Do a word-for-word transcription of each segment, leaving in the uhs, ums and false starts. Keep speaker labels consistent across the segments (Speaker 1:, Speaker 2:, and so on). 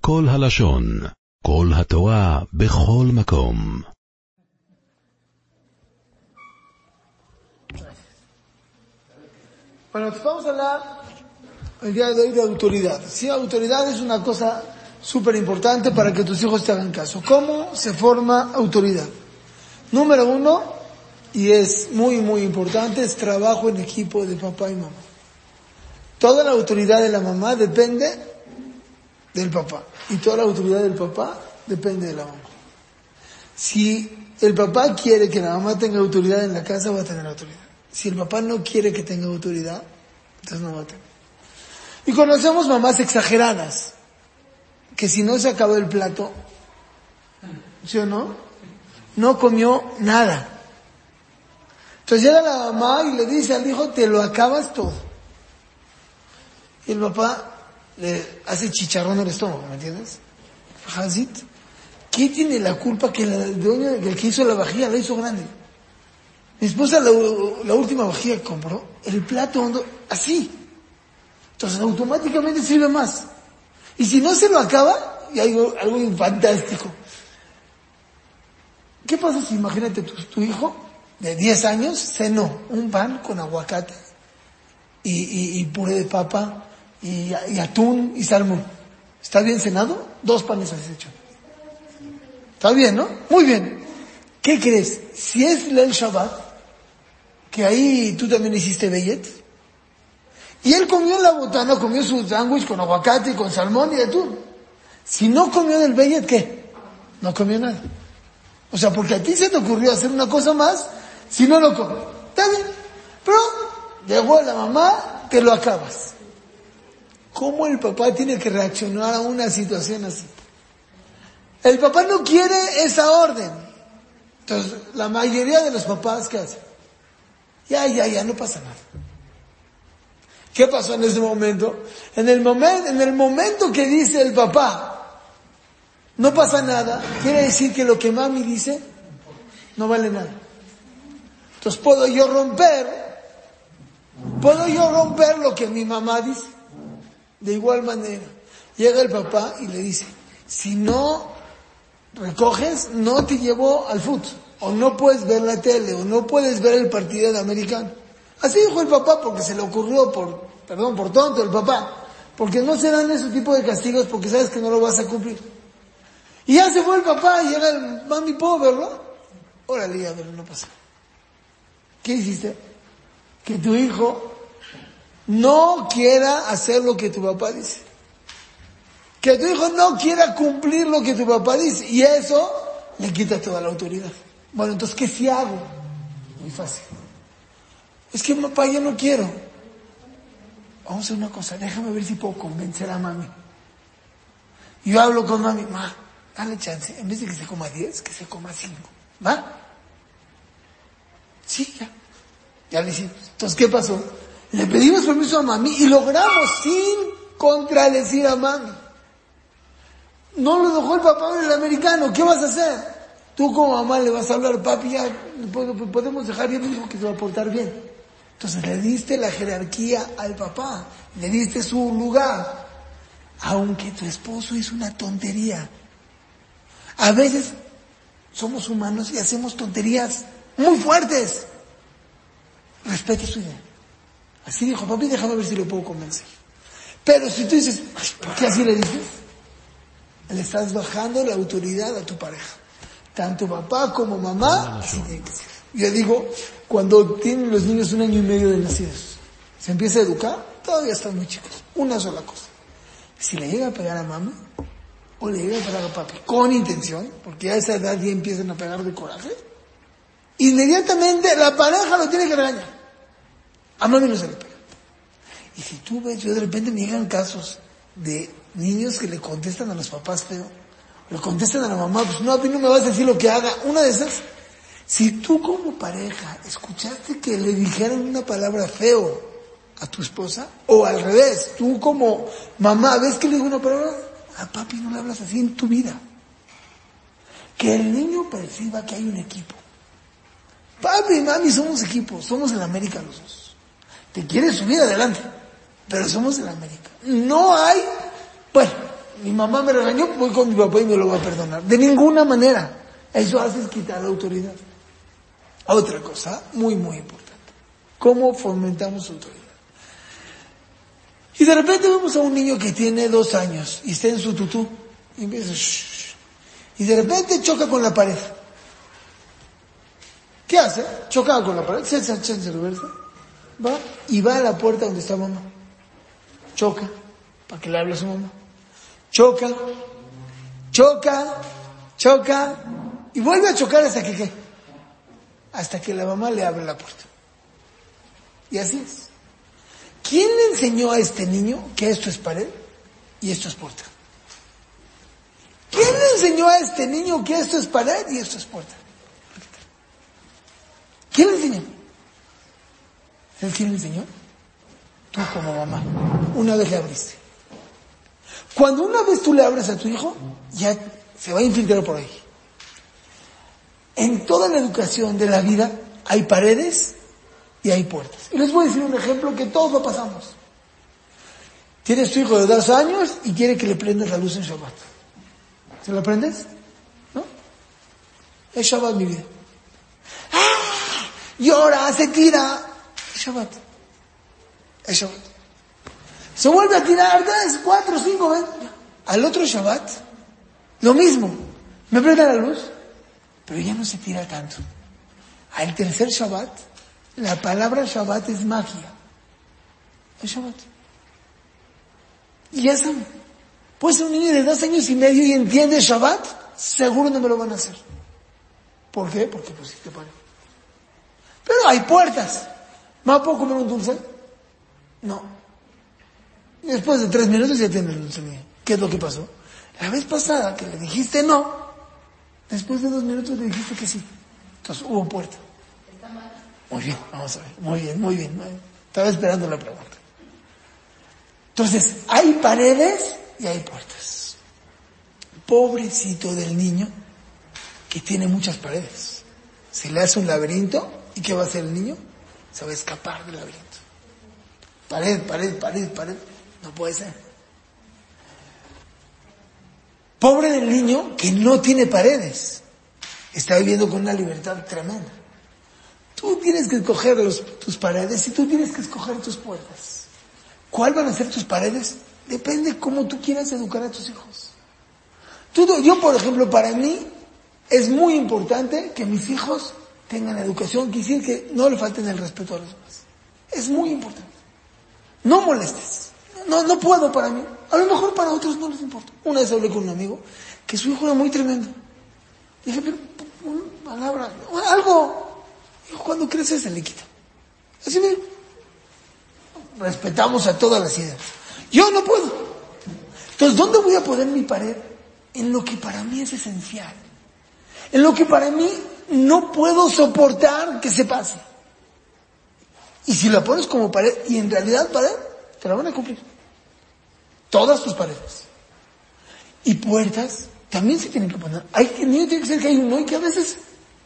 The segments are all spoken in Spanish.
Speaker 1: כל הלשון, כל התורה, בכל מקום.
Speaker 2: Bueno, vamos a hablar el día de hoy de autoridad. Sí, autoridad es una cosa súper importante para que tus hijos te hagan caso. ¿Cómo se forma autoridad? Número uno, y es muy muy importante, es trabajo en equipo de papá y mamá. Toda la autoridad de la mamá depende del papá, y toda la autoridad del papá depende de la mamá. Si el papá quiere que la mamá tenga autoridad en la casa, va a tener autoridad. Si el papá no quiere que tenga autoridad, entonces no va a tener. Y conocemos mamás exageradas, que si no se acabó el plato, ¿sí o no? No comió nada. Entonces llega la mamá y le dice al hijo, te lo acabas todo. Y el papá le hace chicharrón al estómago, ¿me entiendes? Hazit. ¿Qué tiene la culpa que el dueño, el que hizo la vajilla, la hizo grande? Mi esposa, la, la última vajilla que compró, el plato hondo, así. Entonces automáticamente sirve más. Y si no se lo acaba, y hay algo, algo fantástico. ¿Qué pasa si, imagínate, tu, tu hijo de diez años cenó un pan con aguacate y, y, y puré de papa y, y atún y salmón? ¿Está bien cenado? Dos panes has hecho. ¿Está bien, no? Muy bien. ¿Qué crees? Si es el Shabbat, que ahí tú también hiciste bellet, y él comió en la botana, comió su sándwich con aguacate y con salmón y atún. Si no comió del bellet, ¿qué? No comió nada. O sea, porque a ti se te ocurrió hacer una cosa más, si no lo comes. Está bien. Pero llegó la mamá, te lo acabas. ¿Cómo el papá tiene que reaccionar a una situación así? El papá no quiere esa orden. Entonces, la mayoría de los papás, ¿qué hacen? Ya, ya, ya, no pasa nada. ¿Qué pasó en ese momento? En el momento, en el momento que dice el papá, no pasa nada, quiere decir que lo que mami dice no vale nada. Entonces puedo yo romper, puedo yo romper lo que mi mamá dice. De igual manera, llega el papá y le dice, si no recoges, no te llevo al fútbol, o no puedes ver la tele, o no puedes ver el partido de americano. Así dijo el papá porque se le ocurrió, por, perdón, por tonto el papá, porque no se dan ese tipo de castigos porque sabes que no lo vas a cumplir. Y ya se fue el papá y llega el mami, ¿puedo verlo? Órale, ya, pero no pasa. ¿Qué hiciste? Que tu hijo no quiera hacer lo que tu papá dice. Que tu hijo no quiera cumplir lo que tu papá dice. Y eso le quita toda la autoridad. Bueno, entonces, ¿qué si hago? Muy fácil. Es que papá, yo no quiero. Vamos a hacer una cosa, déjame ver si puedo convencer a mami. Yo hablo con mami, ma, dale chance, en vez de que se coma diez, que se coma cinco. ¿Va? Sí, ya. Ya le hicimos. Entonces, ¿qué pasó? Le pedimos permiso a mami y logramos sin contradecir a mami. No lo dejó el papá del americano, ¿qué vas a hacer? Tú como mamá le vas a hablar, papi, ya podemos dejar bien, dijo que se va a portar bien. Entonces le diste la jerarquía al papá, le diste su lugar, aunque tu esposo hizo una tontería. A veces somos humanos y hacemos tonterías muy fuertes. Respete su idea. Así dijo, papi, déjame ver si lo puedo convencer. Pero si tú dices, ¿por qué así le dices? Le estás bajando la autoridad a tu pareja. Tanto papá como mamá, así tiene que ser. Yo digo, cuando tienen los niños un año y medio de nacidos, se empieza a educar, todavía están muy chicos. Una sola cosa. Si le llega a pegar a mamá, o le llega a pegar a papi, con intención, porque a esa edad ya empiezan a pegar de coraje, inmediatamente la pareja lo tiene que regañar. A mami no se le pega. Y si tú ves, yo de repente me llegan casos de niños que le contestan a los papás feo, le contestan a la mamá, pues no, a mí no me vas a decir lo que haga. Una de esas, si tú como pareja escuchaste que le dijeran una palabra feo a tu esposa, o al revés, tú como mamá, ¿ves que le digo una palabra? A papi no le hablas así en tu vida. Que el niño perciba que hay un equipo. Papi y mami somos equipo, somos en América los dos. Te quieres subir adelante, pero somos en América. No hay, bueno, mi mamá me regañó, voy con mi papá y me lo va a perdonar. De ninguna manera. Eso hace es quitar la autoridad. Otra cosa muy, muy importante. ¿Cómo fomentamos autoridad? Y de repente vemos a un niño que tiene dos años y está en su tutú y empieza shh, y de repente choca con la pared. ¿Qué hace? Choca con la pared, se echa en reversa, va y va a la puerta donde está mamá. Choca, para que le hable a su mamá. Choca, choca, choca y vuelve a chocar hasta que ¿qué? Hasta que la mamá le abre la puerta. Y así es. ¿Quién le enseñó a este niño que esto es pared y esto es puerta? ¿Quién le enseñó a este niño que esto es pared y esto es puerta? ¿Quién le enseñó? ¿Sabes quién le enseñó? Tú como mamá. Una vez le abriste. Cuando una vez tú le abres a tu hijo, ya se va a infiltrar por ahí. En toda la educación de la vida hay paredes y hay puertas. Y les voy a decir un ejemplo que todos lo pasamos. Tienes tu hijo de dos años y quiere que le prendas la luz en Shabbat. ¿Se lo prendes? ¿No? Es Shabbat, mi vida. ¡Ah! Llora, se tira. Es Shabbat. Es Shabbat. Se vuelve a tirar tres, cuatro, cinco veces. Al otro Shabbat, lo mismo. Me prende la luz, pero ya no se tira tanto. Al tercer Shabbat, la palabra Shabbat es magia. Es Shabbat. Y ya saben. Puede ser un niño de dos años y medio y entiende Shabbat, seguro no me lo van a hacer. ¿Por qué? Porque pusiste pared. Pero hay puertas. ¿Me puedo comer un dulce? No. Y después de tres minutos ya tiene el dulce mío. ¿Qué es lo que pasó? La vez pasada que le dijiste no, después de dos minutos le dijiste que sí. Entonces hubo puerta. Muy bien, vamos a ver. Muy bien, muy bien. Muy bien. Estaba esperando la pregunta. Entonces, hay paredes y hay puertas. Pobrecito del niño que tiene muchas paredes. Se le hace un laberinto y ¿qué va a hacer el niño? Se va a escapar del laberinto. Pared, pared, pared, pared. No puede ser. Pobre del niño que no tiene paredes. Está viviendo con una libertad tremenda. Tú tienes que escoger los, tus paredes y tú tienes que escoger tus puertas. ¿Cuál van a ser tus paredes? Depende cómo tú quieras educar a tus hijos. Tú, yo, por ejemplo, para mí es muy importante que mis hijos tengan educación, quiere decir que no le falten el respeto a los demás. Es muy importante. No molestes. No, no puedo para mí. A lo mejor para otros no les importa. Una vez hablé con un amigo que su hijo era muy tremendo. Dije, pero una palabra, algo. Dijo, cuando crece se le quita. Así mismo. Respetamos a todas las ideas. Yo no puedo. Entonces, ¿dónde voy a poner mi pared? En lo que para mí es esencial. En lo que para mí no puedo soportar que se pase. Y si la pones como pared, y en realidad pared, te la van a cumplir. Todas tus paredes. Y puertas, también se tienen que poner. Hay que, el niño tiene que ser que hay uno y que a veces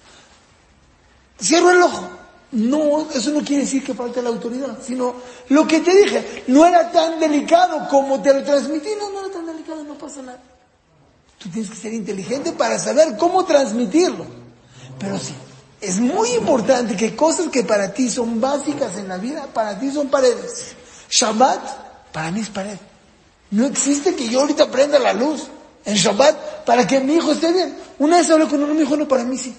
Speaker 2: cierro el ojo. No, eso no quiere decir que falte la autoridad, sino lo que te dije, no era tan delicado como te lo transmití, no, no era tan delicado, no pasa nada. Tú tienes que ser inteligente para saber cómo transmitirlo. Pero sí, es muy importante que cosas que para ti son básicas en la vida, para ti son paredes. Shabbat, para mí es pared. No existe que yo ahorita prenda la luz en Shabbat para que mi hijo esté bien. Una vez hablé con uno, mi hijo no, para mí sí.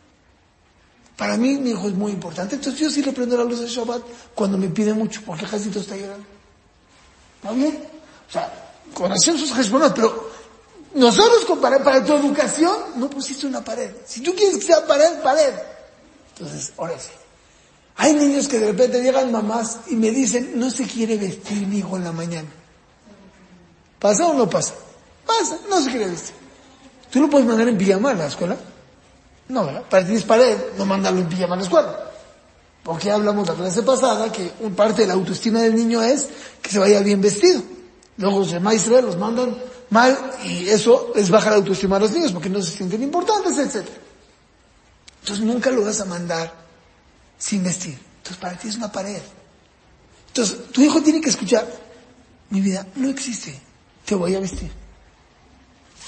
Speaker 2: Para mí, mi hijo es muy importante. Entonces yo sí le prendo la luz de Shabbat cuando me pide mucho, porque Jacito está llorando. ¿Está bien? O sea, conocen sus respondas, pero nosotros para, para tu educación no pusiste una pared. Si tú quieres que sea pared, pared. Entonces, ahora sí. Hay niños que de repente llegan mamás y me dicen, no se quiere vestir mi hijo en la mañana. ¿Pasa o no pasa? Pasa, no se quiere vestir. ¿Tú lo puedes mandar en pijama a la escuela? No, ¿verdad? Para ti es pared, no mandarlo en pijama a la escuela. Porque hablamos la clase pasada que un parte de la autoestima del niño es que se vaya bien vestido. Luego los demás Israel los mandan mal y eso les baja la autoestima a los niños porque no se sienten importantes, etcétera. Entonces nunca lo vas a mandar sin vestir. Entonces para ti es una pared. Entonces tu hijo tiene que escuchar, mi vida no existe, te voy a vestir.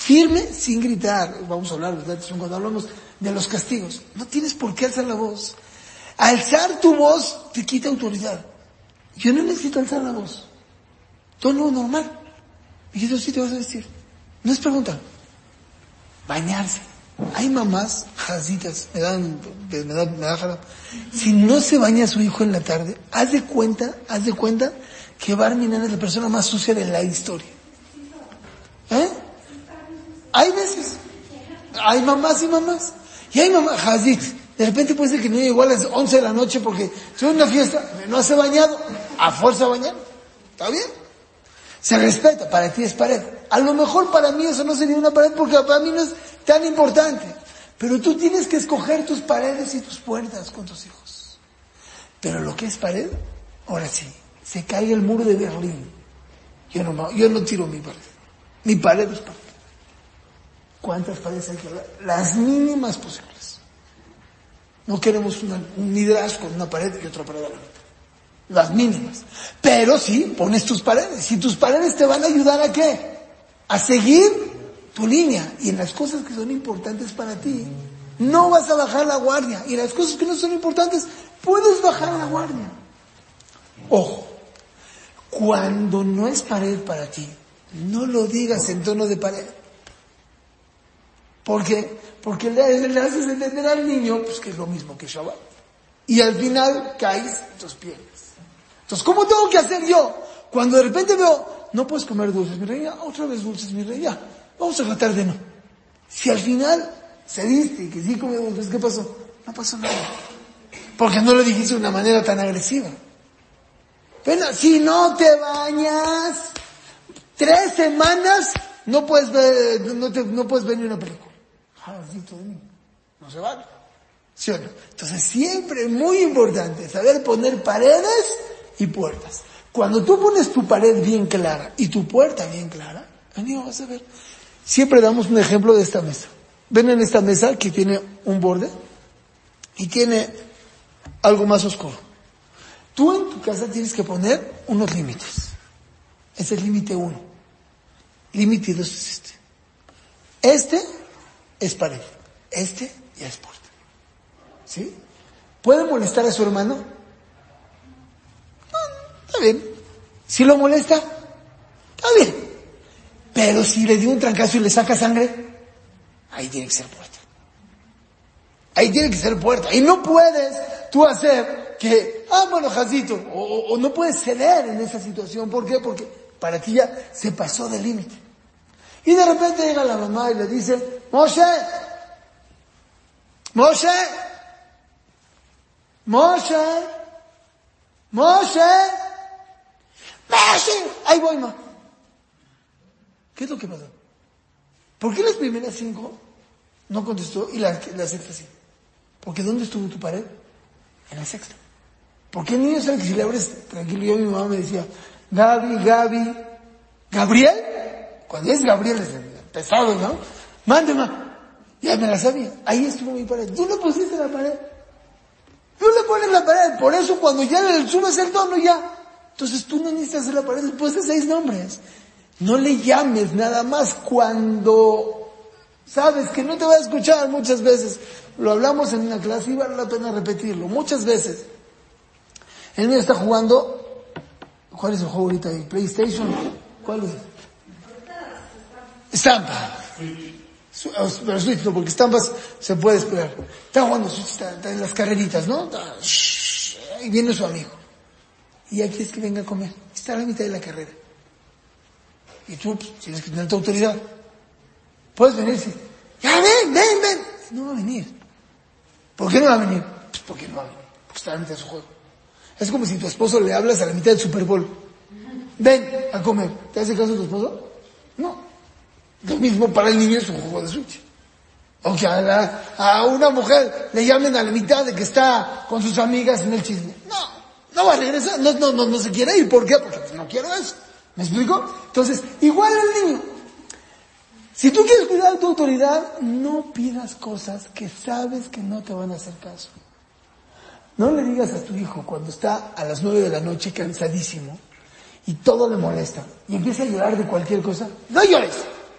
Speaker 2: firme sin gritar. Vamos a hablar, ¿verdad? Cuando hablamos de los castigos. No tienes por qué alzar la voz. Alzar tu voz te quita autoridad. Yo no necesito alzar la voz. Tono normal. Y eso sí te vas a decir. No es pregunta. Bañarse. Hay mamás, jazitas, me dan, me dan, me da jala. Si no se baña su hijo en la tarde, haz de cuenta, haz de cuenta que Barminan es la persona más sucia de la historia. ¿Eh? Hay veces. Hay mamás y mamás. Y hay mamás, jazit. De repente puede ser que no llegó a las once de la noche porque estoy en una fiesta, no se ha bañado, a fuerza bañar. ¿Está bien? Se respeta, para ti es pared. A lo mejor para mí eso no sería una pared porque para mí no es tan importante. Pero tú tienes que escoger tus paredes y tus puertas con tus hijos. Pero lo que es pared, ahora sí, se cae el muro de Berlín. Yo no, yo no tiro mi pared. Mi pared es pared. ¿Cuántas paredes hay que hablar? Las mínimas posibles. No queremos una, un midrash con una pared y otra pared a la mitad. Las mínimas. Pero sí, pones tus paredes. Y tus paredes te van a ayudar a qué? A seguir tu línea. Y en las cosas que son importantes para ti, no vas a bajar la guardia. Y en las cosas que no son importantes, puedes bajar la guardia. Ojo. Cuando no es pared para ti, no lo digas en tono de pared. ¿Por qué? Porque le, le haces entender al niño pues que es lo mismo que Shabbat. Y al final caes en tus piernas. Entonces, ¿cómo tengo que hacer yo? Cuando de repente veo, no puedes comer dulces, mi reina, otra vez dulces, mi reina, vamos a tratar de no. Si al final se diste y que sí comió dulces, ¿qué pasó? No pasó nada. Porque no lo dijiste de una manera tan agresiva. Pero si no te bañas, tres semanas no puedes ver, no, te, no puedes ver ni una película. Jadito de mí. No se vale. ¿Sí o no? Entonces siempre es muy importante saber poner paredes y puertas. Cuando tú pones tu pared bien clara y tu puerta bien clara, amigo, vas a ver. Siempre damos un ejemplo de esta mesa. Ven en esta mesa que tiene un borde y tiene algo más oscuro. Tú en tu casa tienes que poner unos límites. Ese es el límite uno. Límite dos es este. Este es pared. Este ya es puerta. ¿Sí? ¿Puede molestar a su hermano? No, está bien. Si lo molesta, está bien. Pero si le dio un trancazo y le saca sangre, ahí tiene que ser puerta. Ahí tiene que ser puerta. Y no puedes tú hacer que, ah, bueno, Jacito, o, o, o no puedes ceder en esa situación. ¿Por qué? Porque para ti ya se pasó del límite. Y de repente llega la mamá y le dice, Moshe, Moshe, Moshe, Moshe, Moshe, ahí voy, ma. ¿Qué es lo que pasó? ¿Por qué las primeras cinco no contestó y la, la sexta sí? Porque ¿dónde estuvo tu pared? En la sexta. Porque el niño sabe que si le abres tranquilo, yo mi mamá me decía, Gaby, Gaby, Gabriel, cuando es Gabriel es pesado, ¿no? Mándeme, ya me la sabía, ahí estuvo mi pared. Tú no pusiste la pared. Tú le pones la pared, por eso cuando ya le subes el tono ya, entonces tú no necesitas hacer la pared después de seis nombres. No le llames nada más cuando sabes que no te va a escuchar muchas veces. Lo hablamos en una clase y vale la pena repetirlo. Muchas veces. El niño está jugando, ¿cuál es el juego ahorita ahí? ¿PlayStation? ¿Cuál es? Estampa. Pero Switch no, porque estampas se puede esperar. Está jugando Switch, está, está en las carreritas, ¿no? Está, y viene su amigo. Y ya quieres que venga a comer. Está a la mitad de la carrera. Y tú pues, tienes que tener tu autoridad. Puedes venir, sí. Ya ven, ven, ven. No va a venir. ¿Por qué no va a venir? Pues porque no va a venir. Porque está a la mitad de su juego. Es como si tu esposo le hablas a la mitad del Super Bowl. Ven a comer. ¿Te hace caso tu esposo? No. Lo mismo para el niño es un juego de Switch. O que a, la, a una mujer le llamen a la mitad de que está con sus amigas en el chisme. No, no va a regresar. No, no, no, no se quiere ir. ¿Por qué? Porque no quiero eso. ¿Me explico? Entonces, igual el niño. Si tú quieres cuidar tu autoridad, no pidas cosas que sabes que no te van a hacer caso. No le digas a tu hijo cuando está a las nueve de la noche cansadísimo y todo le molesta y empieza a llorar de cualquier cosa, no llores.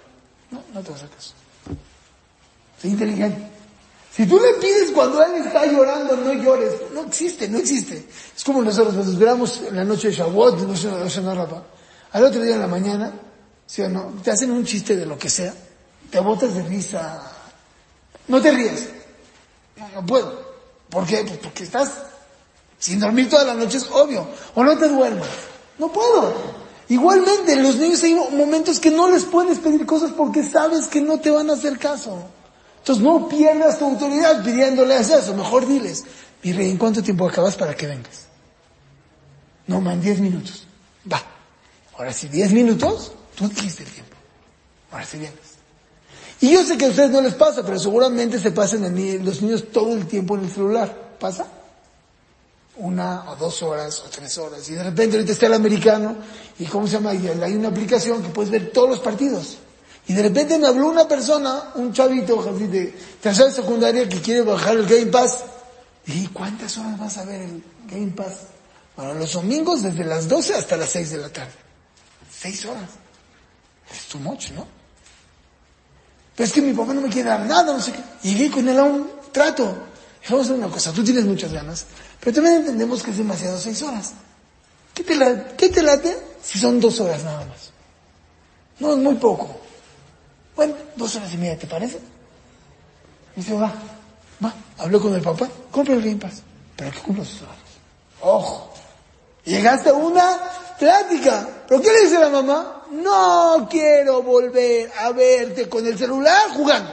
Speaker 2: No, no te vas a hacer caso. Sé inteligente. Si tú le pides cuando él está llorando, no llores. No existe, no existe. Es como nosotros nos esperamos en la noche de Shavuot, no se no rapa. Al otro día en la mañana, ¿sí o no? Te hacen un chiste de lo que sea. Te botas de risa. No te ríes. No, no puedo. ¿Por qué? Pues porque estás sin dormir toda la noche, es obvio. O no te duermas. No puedo. Igualmente, los niños hay momentos que no les puedes pedir cosas porque sabes que no te van a hacer caso. Entonces no pierdas tu autoridad pidiéndoles eso. Mejor diles, mi rey, ¿en cuánto tiempo acabas para que vengas? No, man, diez minutos. Va. Ahora sí, diez minutos, tú dijiste el tiempo. Ahora sí vienes. Y yo sé que a ustedes no les pasa, pero seguramente se pasan en los niños todo el tiempo en el celular. ¿Pasa? Una o dos horas o tres horas. Y de repente ahorita está el americano, y ¿cómo se llama? Y hay una aplicación que puedes ver todos los partidos. Y de repente me habló una persona, un chavito así de tercera secundaria que quiere bajar el Game Pass. Y dije, ¿cuántas horas vas a ver el Game Pass? Bueno, los domingos desde las doce hasta las seis de la tarde. Seis horas. Es too much, ¿no? Pero es que mi papá no me quiere dar nada, no sé qué. Y llegué con él a un trato. Dije, vamos a hacer una cosa, tú tienes muchas ganas, pero también entendemos que es demasiado seis horas. ¿Qué te late? ¿Qué te late si son dos horas nada más? No, es muy poco. Bueno, dos horas y media, ¿te parece? Y dice, va, va. Habló con el papá, compra el Game Pass. ¿Pero qué cumpla sus horas? Ojo. Llegaste a una plática. ¿Pero qué le dice la mamá? No quiero volver a verte con el celular jugando.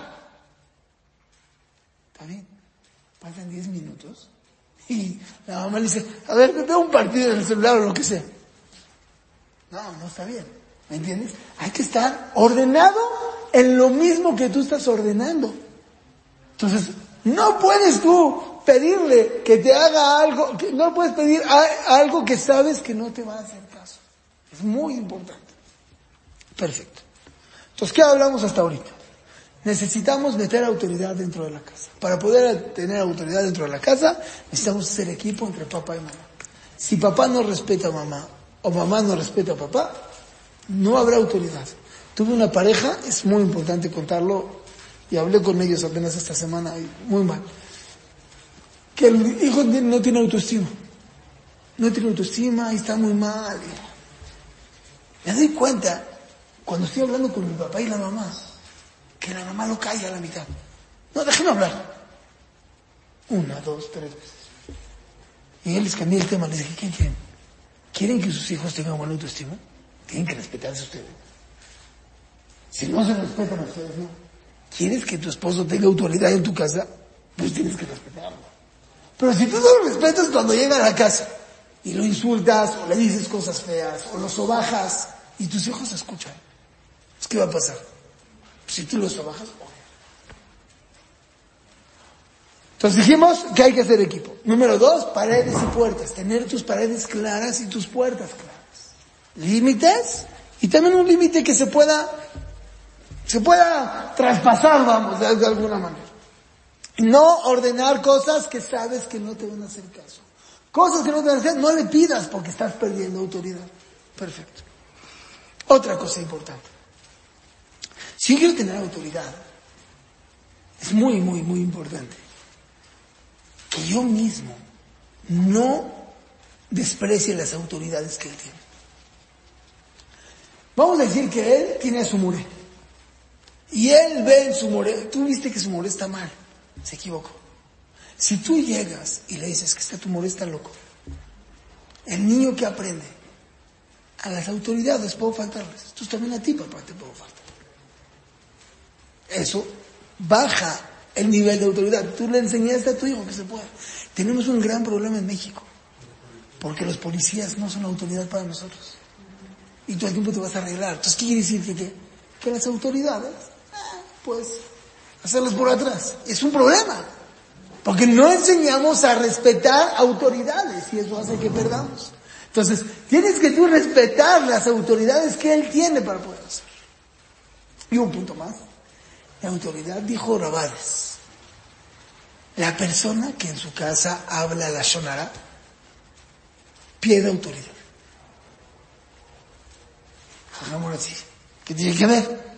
Speaker 2: Está bien. Pasan diez minutos. Y la mamá le dice, a ver, veo un partido en el celular o lo que sea. No, no está bien. ¿Me entiendes? Hay que estar ordenado en lo mismo que tú estás ordenando. Entonces, no puedes tú pedirle que te haga algo, que no puedes pedir a, algo que sabes que no te va a hacer caso. Es muy importante. Perfecto. Entonces, ¿qué hablamos hasta ahorita? Necesitamos meter autoridad dentro de la casa. Para poder tener autoridad dentro de la casa, necesitamos hacer equipo entre papá y mamá. Si papá no respeta a mamá, o mamá no respeta a papá, no habrá autoridad. Tuve una pareja, es muy importante contarlo, y hablé con ellos apenas esta semana, y muy mal, que el hijo no tiene autoestima. No tiene autoestima y está muy mal. Me doy cuenta, cuando estoy hablando con mi papá y la mamá, que la mamá lo calla a la mitad. No, déjenme hablar. Una, dos, tres veces. Y él les cambié el tema, les dije, ¿qué quieren? ¿Quieren que sus hijos tengan buena autoestima? Tienen que respetarse ustedes. Si no se respetan a ustedes, no. ¿Quieres que tu esposo tenga autoridad en tu casa? Pues tienes que respetarlo. Pero si tú no lo respetas cuando llega a la casa y lo insultas o le dices cosas feas o lo sobajas y tus hijos escuchan, pues ¿qué va a pasar? Si tú lo sobajas, entonces dijimos que hay que hacer equipo. Número dos, paredes y puertas. Tener tus paredes claras y tus puertas claras. Límites y también un límite que se pueda, se pueda traspasar, vamos, de, de alguna manera. No ordenar cosas que sabes que no te van a hacer caso. Cosas que no te van a hacer, no le pidas porque estás perdiendo autoridad. Perfecto. Otra cosa importante. Si yo quiero tener autoridad, es muy, muy, muy importante que yo mismo no desprecie las autoridades que él tiene. Vamos a decir que él tiene a su muré. Y él ve en su muré, tú viste que su muré está mal, se equivocó. Si tú llegas y le dices que está tu muré está loco, el niño que aprende, a las autoridades puedo faltarles. Tú también a ti, papá, te puedo faltar. Eso baja el nivel de autoridad. Tú le enseñaste a tu hijo que se puede. Tenemos un gran problema en México, porque los policías no son autoridad para nosotros. Y todo el tiempo te vas a arreglar. Entonces, ¿qué quiere decir? Que, que, que las autoridades, eh, pues, hacerlas por atrás. Es un problema, porque no enseñamos a respetar autoridades y eso hace que perdamos. Entonces, tienes que tú respetar las autoridades que él tiene para poder hacer. Y un punto más. La autoridad, dijo Rabades, la persona que en su casa habla la shonara pierde autoridad. Hagamos así. ¿Qué tiene que ver?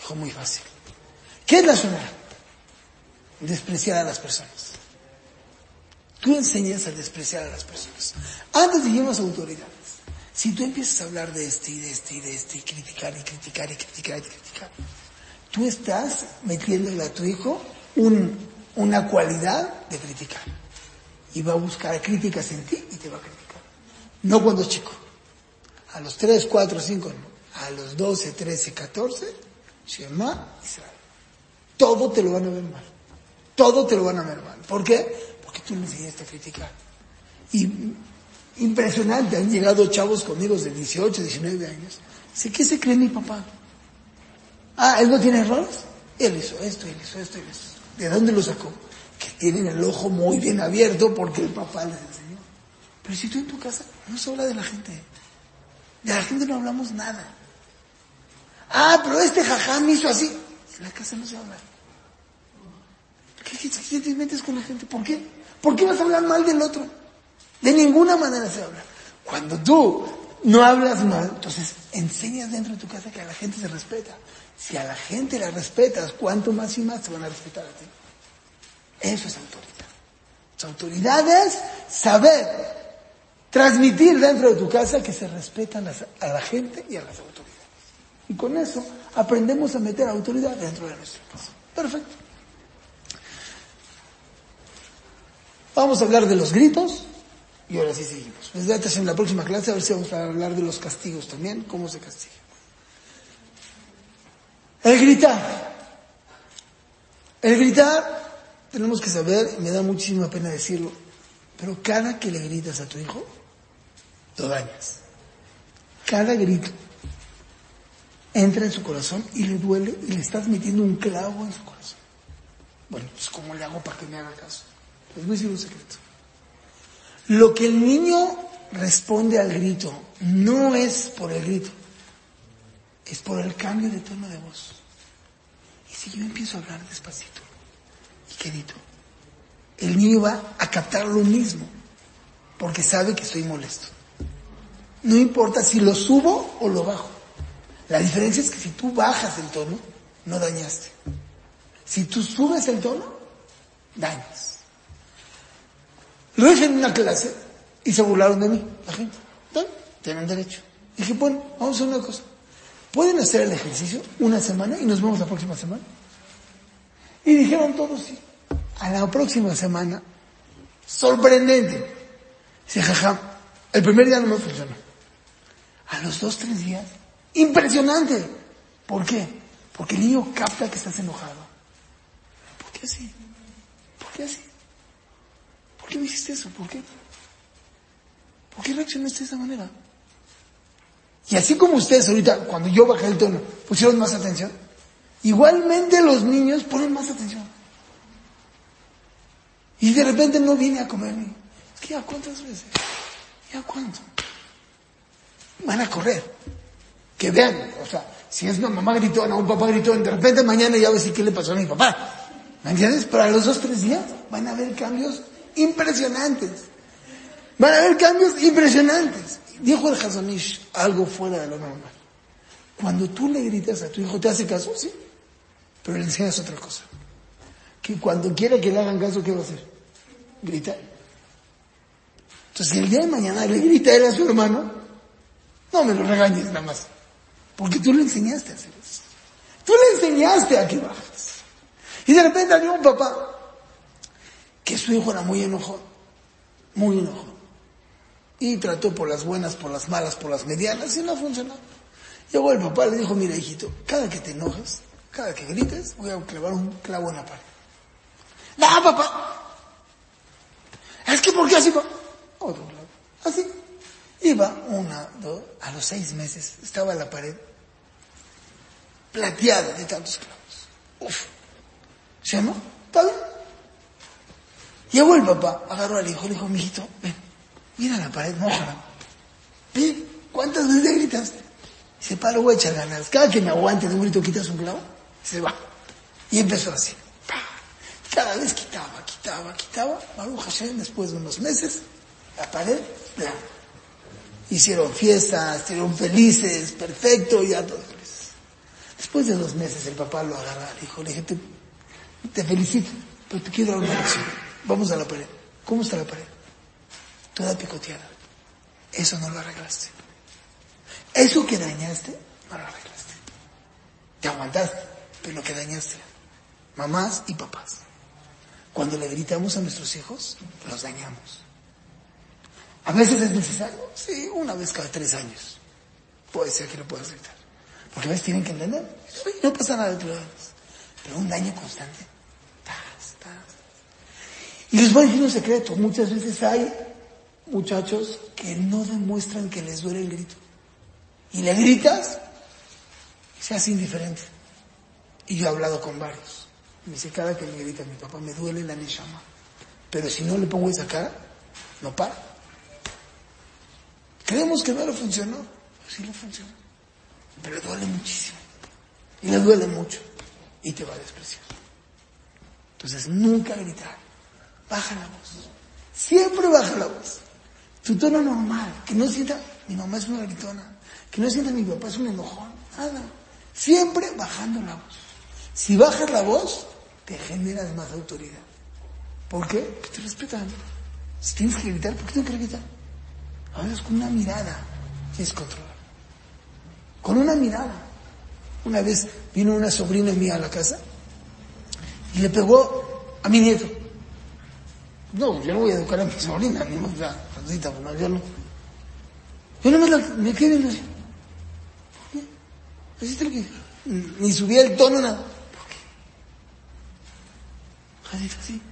Speaker 2: Dijo, muy fácil. ¿Qué es la Shonara? Despreciar a las personas. Tú enseñas a despreciar a las personas. Antes dijimos autoridades. Si tú empiezas a hablar de este y de este y de este y criticar y criticar y criticar y criticar, tú estás metiéndole a tu hijo un, una cualidad de criticar. Y va a buscar críticas en ti y te va a criticar. No cuando es chico. A los tres, cuatro, cinco, no. A los doce, trece, catorce, Shema Israel. Todo te lo van a ver mal. Todo te lo van a ver mal. ¿Por qué? Porque tú le enseñaste a criticar. Y impresionante, han llegado chavos conmigo de dieciocho, diecinueve años. Dice, ¿qué se cree mi papá? Ah, ¿él no tiene errores? Él hizo esto, él hizo esto, él hizo esto. ¿De dónde lo sacó? Que tienen el ojo muy bien abierto porque el papá les enseñó. Pero si tú en tu casa no se habla de la gente. De la gente no hablamos nada. Ah, pero este jajam hizo así. En la casa no se habla. ¿Qué, qué, qué te metes con la gente? ¿Por qué? ¿Por qué vas a hablar mal del otro? De ninguna manera se habla. Cuando tú no hablas mal, entonces enseñas dentro de tu casa que a la gente se respeta. Si a la gente la respetas, ¿cuánto más y más te van a respetar a ti? Eso es autoridad. Su autoridad es saber transmitir dentro de tu casa que se respetan a la gente y a las autoridades. Y con eso aprendemos a meter autoridad dentro de nuestra casa. Perfecto. Vamos a hablar de los gritos y ahora sí seguimos. Les voy a en la próxima clase a ver si vamos a hablar de los castigos también, cómo se castiga. El gritar. El gritar, tenemos que saber, y me da muchísima pena decirlo, pero cada que le gritas a tu hijo, lo dañas. Cada grito entra en su corazón y le duele y le estás metiendo un clavo en su corazón. Bueno, pues ¿cómo le hago para que me haga caso? Les voy a decir un secreto. Lo que el niño responde al grito no es por el grito, es por el cambio de tono de voz. Y si yo empiezo a hablar despacito y grito, el niño va a captar lo mismo, porque sabe que estoy molesto. No importa si lo subo o lo bajo. La diferencia es que si tú bajas el tono, no dañaste. Si tú subes el tono, dañas. Lo dije en una clase y se burlaron de mí, la gente. ¿No? Tienen derecho. Dije, bueno, vamos a hacer una cosa. ¿Pueden hacer el ejercicio una semana y nos vemos la próxima semana? Y dijeron todos sí. A la próxima semana, sorprendente. Dice, jaja, el primer día no me funcionó. A los dos, tres días, impresionante. ¿Por qué? Porque el niño capta que estás enojado. ¿Por qué así? ¿Por qué así? ¿Por qué me hiciste eso? ¿Por qué? ¿Por qué reaccionaste de esa manera? Y así como ustedes ahorita, cuando yo bajé el tono, pusieron más atención, igualmente los niños ponen más atención. Y de repente no viene a comerme. Es que ya cuántas veces, ya cuánto. Van a correr. Que vean, o sea, si es una mamá gritona o un papá gritón, de repente mañana ya voy a decir qué le pasó a mi papá. ¿Me entiendes? Pero a los dos, tres días van a haber cambios impresionantes. Van a haber cambios impresionantes. Dijo el Hazon Ish algo fuera de lo normal. Cuando tú le gritas a tu hijo, ¿te hace caso? Sí. Pero le enseñas otra cosa. Que cuando quiera que le hagan caso, ¿qué va a hacer? Gritar. Entonces, si el día de mañana le grita a él a su hermano, no me lo regañes nada más. Porque tú le enseñaste a hacer eso. Tú le enseñaste a que bajes. Y de repente había un papá que su hijo era muy enojón. Muy enojón. Y trató por las buenas, por las malas, por las medianas, y no funcionó. Llegó el papá y le dijo, mira hijito, cada que te enojes, cada que grites, voy a clavar un clavo en la pared. No, papá. Es que, ¿por qué así, papá? Otro clavo. Así. Iba una, dos, a los seis meses, estaba la pared plateada de tantos clavos. Uf. ¿Se llamó? ¿Está bien? Llegó el papá, agarró al hijo, le dijo, mijito, ven, mira la pared, mójala. Ven, ¿cuántas veces le gritaste? Dice, pa, lo voy a echar ganas. Cada que me aguante de un grito, quitas un clavo, se va. Y empezó así. Cada vez quitaba, quitaba, quitaba. Baruch Hashem, después de unos meses, la pared, blanca. Hicieron fiestas, estuvieron felices, perfecto, y ya todos felices. Después de dos meses el papá lo agarra, le dijo, le dije, te, te felicito, pero te quiero dar una lección. Vamos a la pared. ¿Cómo está la pared? Toda picoteada. Eso no lo arreglaste. Eso que dañaste, no lo arreglaste. Te aguantaste, pero lo que dañaste. Mamás y papás. Cuando le gritamos a nuestros hijos, los dañamos. A veces es necesario, sí, una vez cada tres años. Puede ser que lo puedas gritar. Porque a veces tienen que entender. No pasa nada de otro lado. Pero un daño constante. Tas, tas. Y les voy a decir un secreto. Muchas veces hay muchachos que no demuestran que les duele el grito. Y le gritas, se hace indiferente. Y yo he hablado con varios. Me dice, cada que me grita mi papá, me duele la neshama. Pero si no le pongo esa cara, no para. Creemos que no le funcionó. Pues sí le funcionó. Pero le duele muchísimo. Y le duele mucho. Y te va a despreciar. Entonces, nunca gritar. Baja la voz. Siempre baja la voz. Tu tono normal. Que no sienta, mi mamá es una gritona. Que no sienta, mi papá es un enojón. Nada. Siempre bajando la voz. Si bajas la voz, te generas más autoridad. ¿Por qué? Porque te respetan. Si tienes que gritar, ¿por qué no quieres gritar? A veces con una mirada tienes que controlar. Con una mirada. Una vez vino una sobrina mía a la casa y le pegó a mi nieto. No, yo no voy a educar a mi sobrina, ni más la Rosita, no, yo no. Yo no me, la, me quedé viendo así. Así te lo que ni subía el tono, nada. ¿Por qué? Así, así.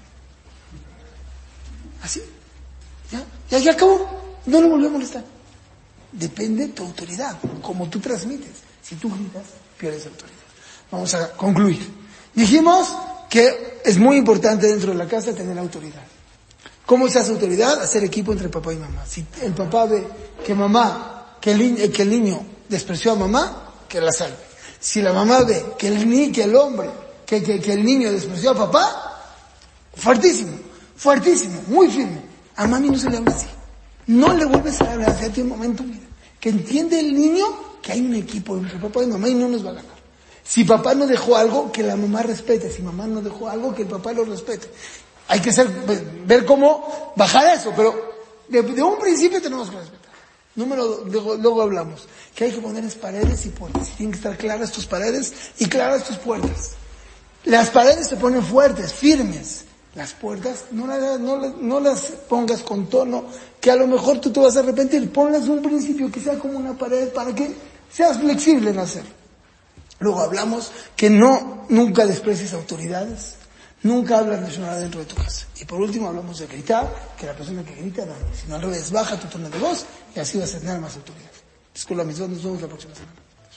Speaker 2: Así. Ya, ya, ya acabó. No lo volvió a molestar. Depende de tu autoridad, como tú transmites. Si tú gritas, pierdes autoridad. Vamos a concluir. Dijimos que es muy importante dentro de la casa tener autoridad. ¿Cómo se hace autoridad? Hacer equipo entre papá y mamá. Si el papá ve que mamá, que el, que el niño despreció a mamá, que la salve. Si la mamá ve que el, que el hombre, que, que, que el niño despreció a papá, fuertísimo, fuertísimo, muy firme. A mami no se le habla así. No le vuelves a hablar hacia ti un momento, mira. Que entiende el niño que hay un equipo entre papá y mamá y no nos va a ganar. Si papá no dejó algo, que la mamá respete. Si mamá no dejó algo, que el papá lo respete. Hay que ser, ver cómo bajar eso, pero de, de un principio tenemos que respetar. Número, luego, luego hablamos, que hay que poner paredes y puertas. Y tienen que estar claras tus paredes y claras tus puertas. Las paredes se ponen fuertes, firmes. Las puertas no las, no, las, no las pongas con tono que a lo mejor tú te vas a arrepentir. Ponlas de un principio que sea como una pared para que seas flexible en hacerlo. Luego hablamos que no, nunca desprecies autoridades. Nunca hablas de nada dentro de tu casa. Y por último hablamos de gritar, que la persona que grita daña. Si no al revés, baja tu tono de voz y así vas a tener más autoridad. Disculpa, mis dos, nos vemos la próxima semana.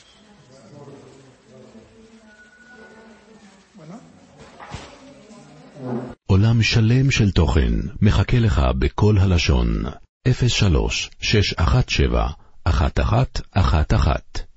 Speaker 2: Bueno.
Speaker 1: עולם שלם של תוכן מחכה לך בכל הלשון אפס שלוש שש אחת שבע אחת אחת אחת אחת